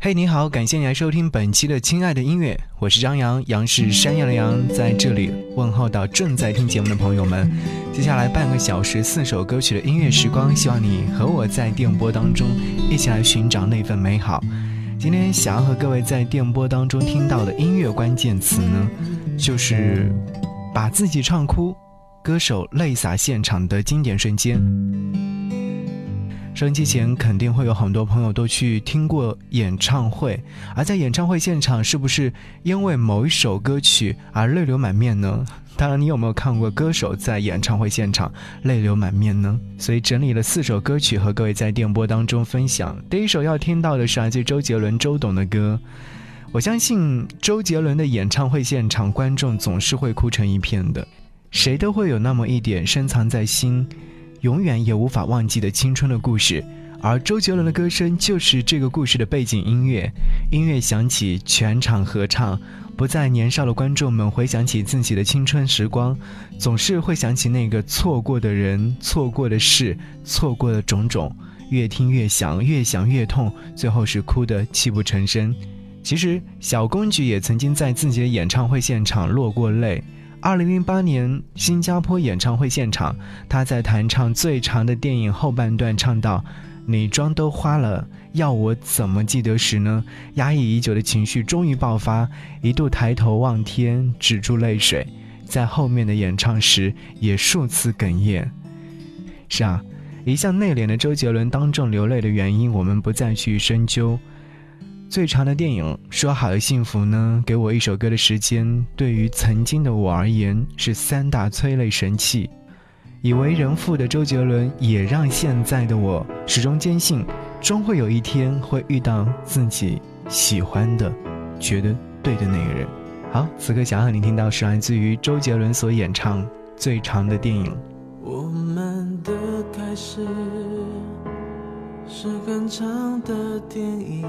嘿，你好，感谢你来收听本期的亲爱的音乐，我是张扬，杨是山羊的羊，在这里问候到正在听节目的朋友们。接下来半个小时4首歌曲的音乐时光，希望你和我在电波当中一起来寻找那份美好。今天想要和各位在电波当中听到的音乐关键词呢，就是把自己唱哭，歌手泪洒现场的经典瞬间。收音机前肯定会有很多朋友都去听过演唱会，而在演唱会现场是不是因为某一首歌曲而泪流满面呢？当然，你有没有看过歌手在演唱会现场泪流满面呢？所以整理了4首歌曲和各位在电波当中分享。第一首要听到的是来自周杰伦周董的歌。我相信周杰伦的演唱会现场观众总是会哭成一片的，谁都会有那么一点深藏在心永远也无法忘记的青春的故事，而周杰伦的歌声就是这个故事的背景音乐。音乐响起，全场合唱，不再年少的观众们回想起自己的青春时光，总是会想起那个错过的人，错过的事，错过的种种，越听越想，越想越痛，最后是哭得泣不成声。其实小公举也曾经在自己的演唱会现场落过泪。2008年新加坡演唱会现场，他在弹唱最长的电影后半段唱到你妆都花了，要我怎么记得时呢？压抑已久的情绪终于爆发，一度抬头望天，止住泪水，在后面的演唱时也数次哽咽。是啊，一向内敛的周杰伦当众流泪的原因我们不再去深究。最长的电影说好的幸福呢？给我一首歌的时间，对于曾经的我而言是3大催泪神器。以为人父的周杰伦也让现在的我始终坚信，终会有一天会遇到自己喜欢的觉得对的那个人。好，此刻想要你听到是来自于周杰伦所演唱最长的电影。 我们的开始是很长的电影，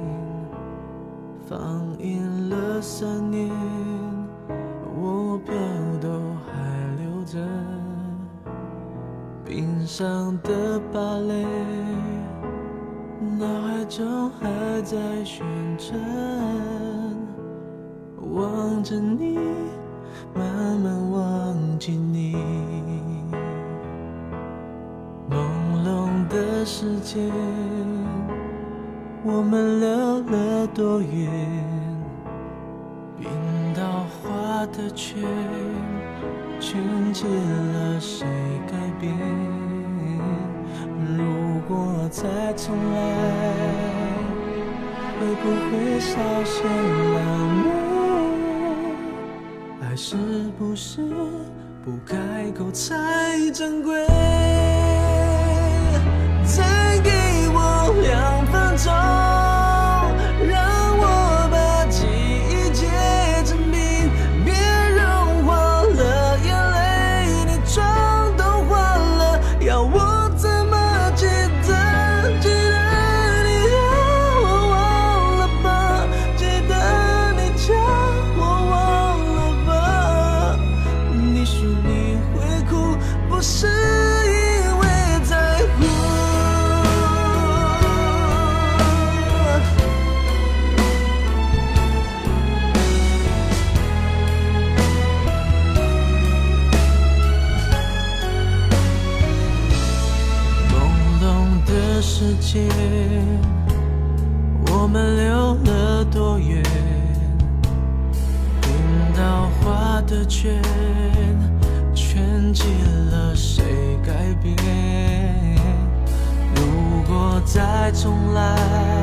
放映了3年，我票都还留着，冰上的芭蕾，脑海中还在旋转，望着你，慢慢忘记你，朦胧的时间，我们溜了多远？冰刀划的圈，圈起了谁改变？如果再重来，会不会稍显浪漫？爱是不是不开口才珍贵？再给我2分钟，让我把记忆结成冰，别融化了眼泪，你妆都花了，要我怎么记得？记得你让我忘了吧，记得你叫我忘了吧。你说你会哭，不是因为在乎。世界，我们溜了多远？冰刀划的圈，圈起了谁改变？如果再重来，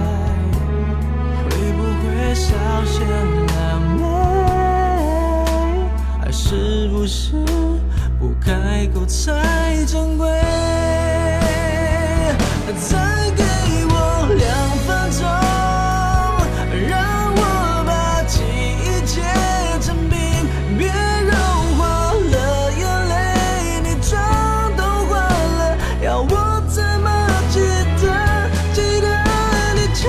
会不会稍显浪漫？爱是不是不开口才珍贵？再给我2分钟，让我把记忆结成冰，别融化了眼泪，你妆都花了，要我怎么记得？记得你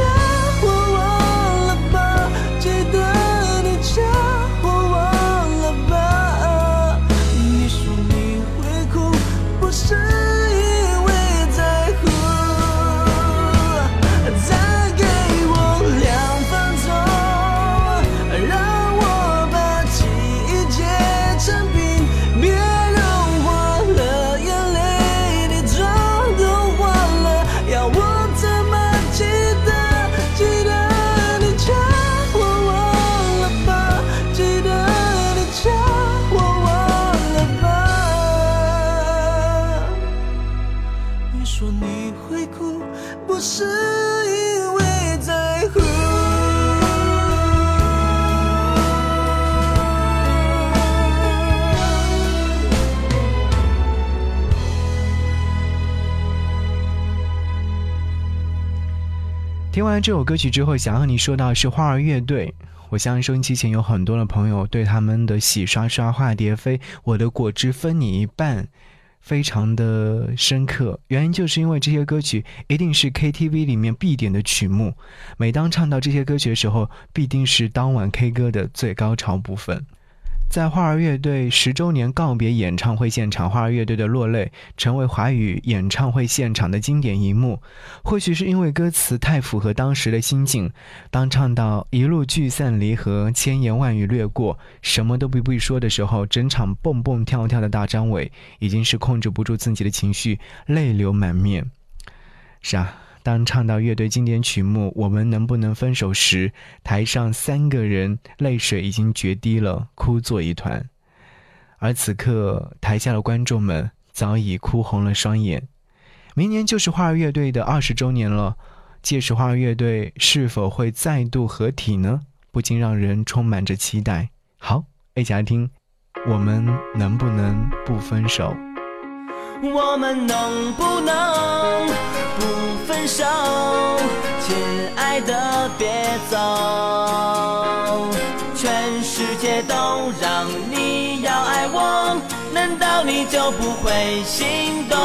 听完这首歌曲之后，想和你说到是花儿乐队。我相信收音机前有很多的朋友对他们的洗刷刷、化蝶飞、我的果汁分你一半非常的深刻，原因就是因为这些歌曲一定是 KTV 里面必点的曲目，每当唱到这些歌曲的时候，必定是当晚 K 歌的最高潮部分。在花儿乐队10周年告别演唱会现场，花儿乐队的落泪成为华语演唱会现场的经典一幕。或许是因为歌词太符合当时的心境，当唱到一路聚散离合，千言万语掠过，什么都不必说的时候，整场蹦蹦跳跳的大张伟已经是控制不住自己的情绪，泪流满面。是啊，当唱到乐队经典曲目《我们能不能分手》时，台上3个人泪水已经决堤了，哭作一团。而此刻台下的观众们早已哭红了双眼。明年就是花儿乐队的20周年了，届时花儿乐队是否会再度合体呢？不禁让人充满着期待。好，一起来听我们能不能不分手。 我们能不能不分手？亲爱的别走，全世界都让你要爱我，难道你就不会心动？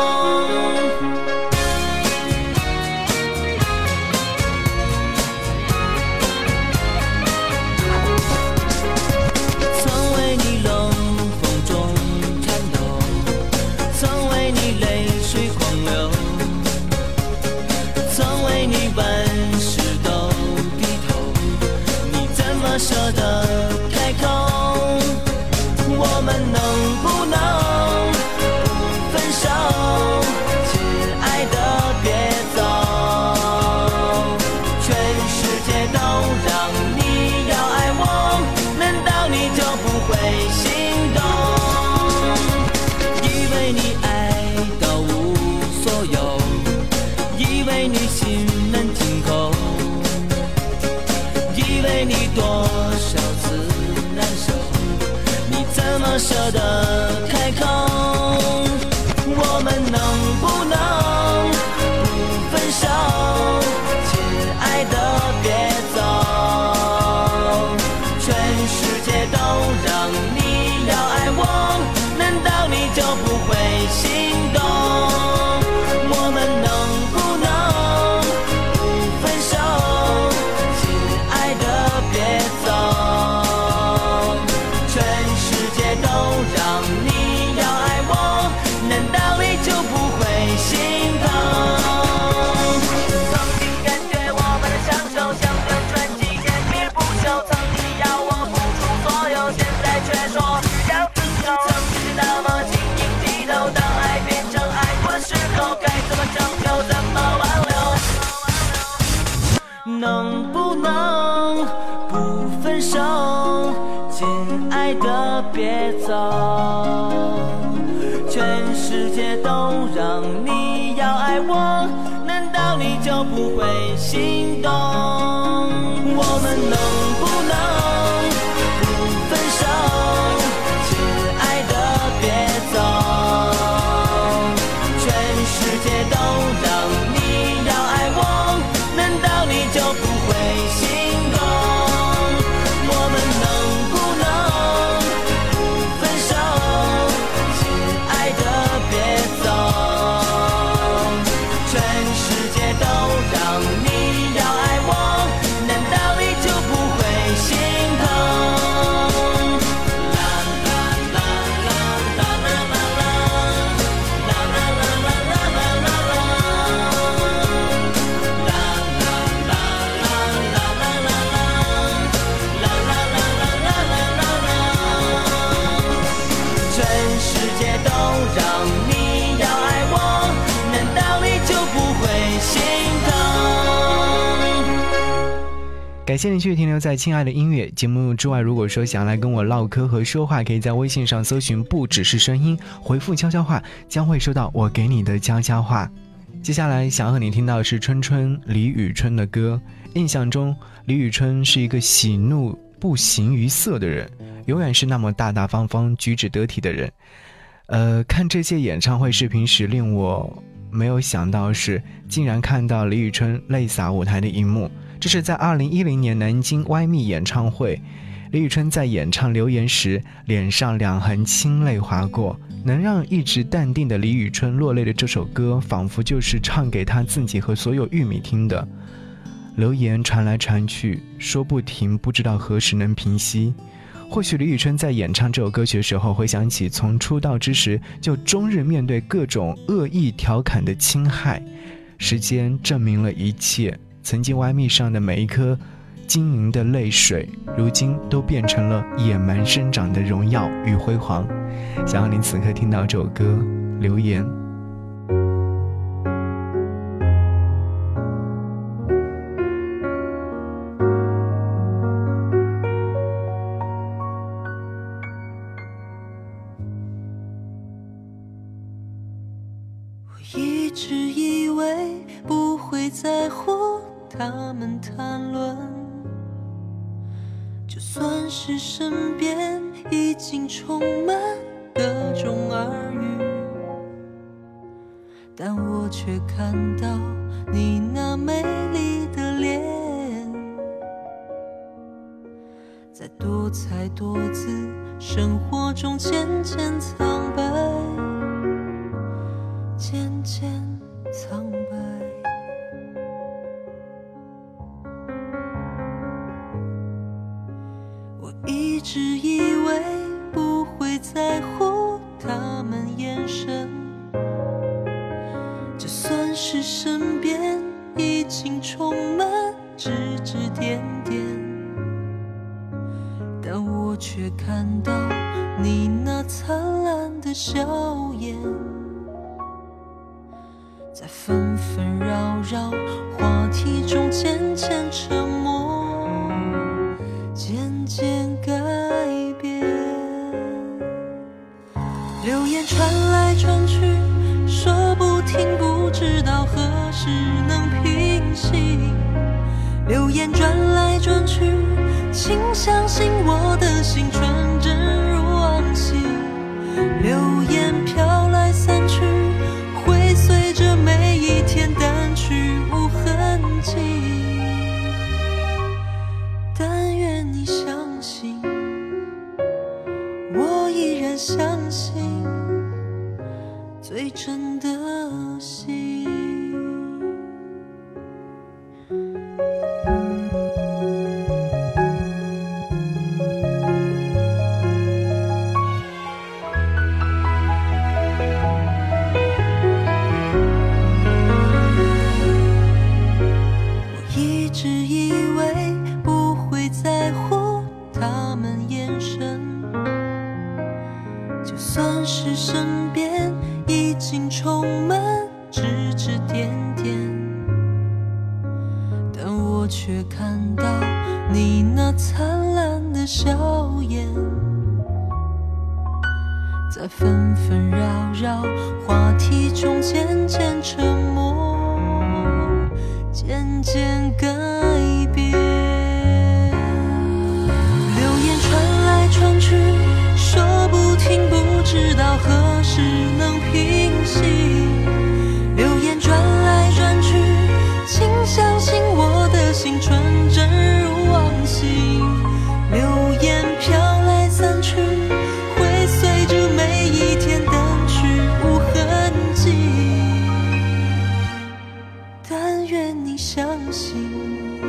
舍得开口，我们能不能不分手？亲爱的别走，全世界都让你要爱我，难道你就不会心动？以为你爱到无所有，以为你心能静口，以为你多少次难受，你怎么舍得开口？我们能不能不分手？亲爱的别走，全世界都让你要爱我，难道你就不会心动？我们能不能不分手？别走，全世界都让你要爱我，难道你就不会心痛？曾经感觉我们的相守像流传几千年不朽，曾经要我付出所有，现在却说要分手。曾经是那么晶莹剔透，当爱变成爱过的时候，该怎么拯救，怎么挽留？能不能不分手？亲爱的别走，全世界都让你要爱我，难道你就不会心动？我们能不能不分手？亲爱的别走，全世界都让你要爱我，难道你就不会心动？我们能不能不分手？亲爱的别走，全世界都让你要爱我，难道你就不会心痛？啦啦啦啦啦啦啦啦啦啦啦啦啦啦全世界都让你要爱我，难道你就不会心痛？ 感谢你继续停留在亲爱的音乐节目之外，如果说想要来跟我唠嗑和说话，可以在微信上搜寻不只是声音，回复悄悄话，将会收到我给你的悄悄话。接下来想和你听到的是春春李宇春的歌。印象中李宇春是一个喜怒不形于色的人，永远是那么大大方方举止得体的人。看这些演唱会视频时令我没有想到的是，竟然看到李宇春泪洒舞台的一幕。这是在2010年南京歪蜜演唱会，李宇春在演唱《留言》时，脸上2行清泪划过，能让一直淡定的李宇春落泪的这首歌，仿佛就是唱给她自己和所有玉米听的。流言传来传去，说不停，不知道何时能平息。或许李宇春在演唱这首歌曲的时候，回想起从出道之时就终日面对各种恶意调侃的侵害，时间证明了一切，曾经歪蜜上的每一颗晶莹的泪水，如今都变成了野蛮生长的荣耀与辉煌。想要你此刻听到这首歌《留言》。 一直以为不会在乎他们谈论，就算是身边已经充满各种耳语，但我却看到你那美丽的脸，在多彩多姿生活中渐渐苍白，渐渐苍白。我一直以为不会在乎他们眼神，就算是身边已经充满指指点点，但我却看到你那灿烂的笑颜，在纷纷扰扰话题中渐渐沉默，渐渐改变。流言传来传去，说不停，不知道何时能平息。流言转来转去，请相信我的心纯真如往昔。流言飘来散去，会随着每一天淡去无痕迹。但愿你相信，我依然相信最真的心。就算是身边已经充满指指点点，但我却看到你那灿烂的笑颜，在纷纷扰扰话题中渐渐沉默，渐渐改变。流言传来传去，说不停，不知道何时能平息。流言转来转去，请相信我的心纯真如往昔。流言飘来散去，会随着每一天淡去无痕迹。但愿你相信，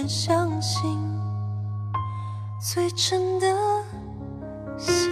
相信最真的心。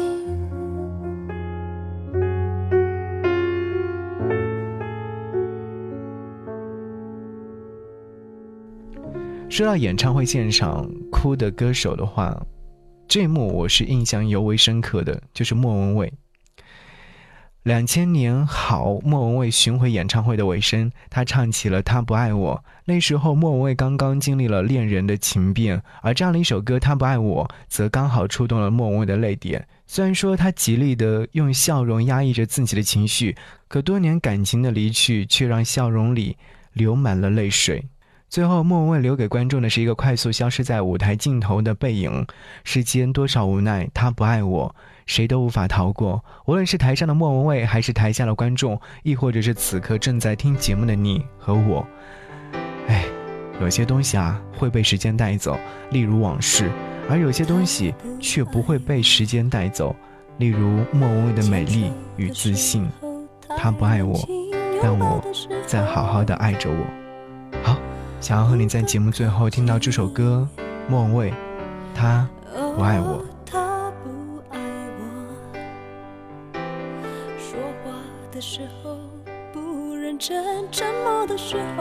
说到演唱会现场哭的歌手的话，这一幕我是印象尤为深刻的，就是莫文蔚。2000年好，莫文蔚巡回演唱会的尾声，她唱起了《他不爱我》。那时候莫文蔚刚刚经历了恋人的情变，而这样的一首歌《他不爱我》则刚好触动了莫文蔚的泪点。虽然说她极力的用笑容压抑着自己的情绪，可多年感情的离去却让笑容里流满了泪水。最后莫文蔚留给观众的是一个快速消失在舞台尽头的背影。世间多少无奈，他不爱我，谁都无法逃过。无论是台上的莫文蔚，还是台下的观众，亦或者是此刻正在听节目的你和我，有些东西会被时间带走，例如往事，而有些东西却不会被时间带走，例如莫文蔚的美丽与自信。他不爱我，但我在好好的爱着我。好，想要和你在节目最后听到这首歌，莫文蔚，他不爱我。 他不爱我，说话的时候不认真，沉默的时候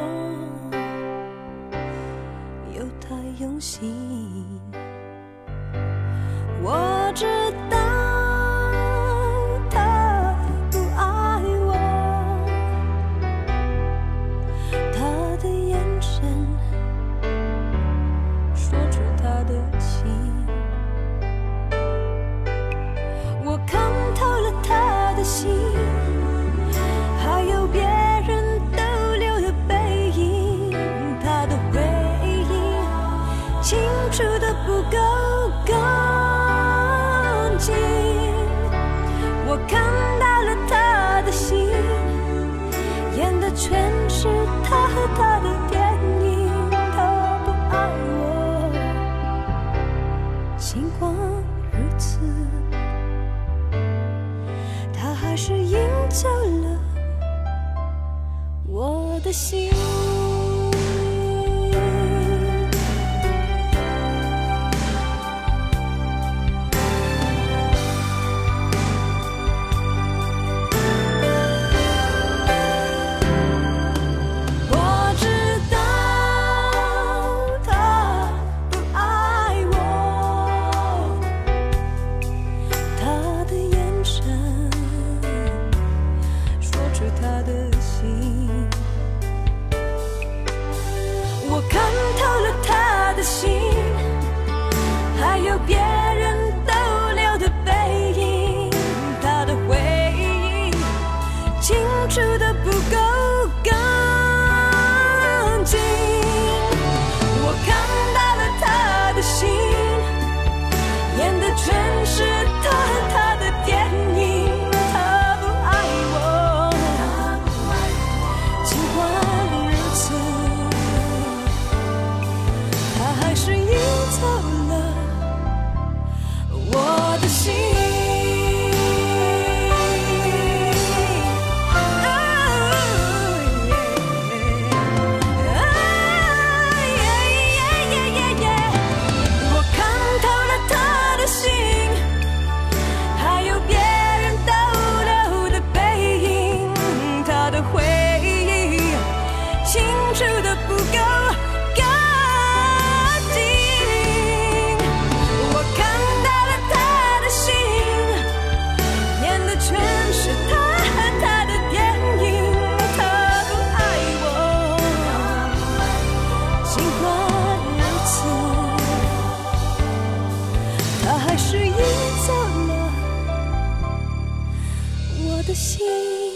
又太用心。我知道他不爱我，他的眼神说出他的情，我看透了他的心，还有别人逗留的背影，他的回忆清楚的不够干净。我看到了他的心，演的全是他和他的电影。他不爱我，尽管如此，他还是赢走了我的心。我看透了他的心，还有别人逗留的背影，他的回忆清楚的不够干净。我看到了他的心，演的全是他和他的电影。他不爱我，尽管如此，还是赢走了我的心。我看透了他的心，还有别人逗留的背影，他的回忆清楚的不够还是赢走了我的心。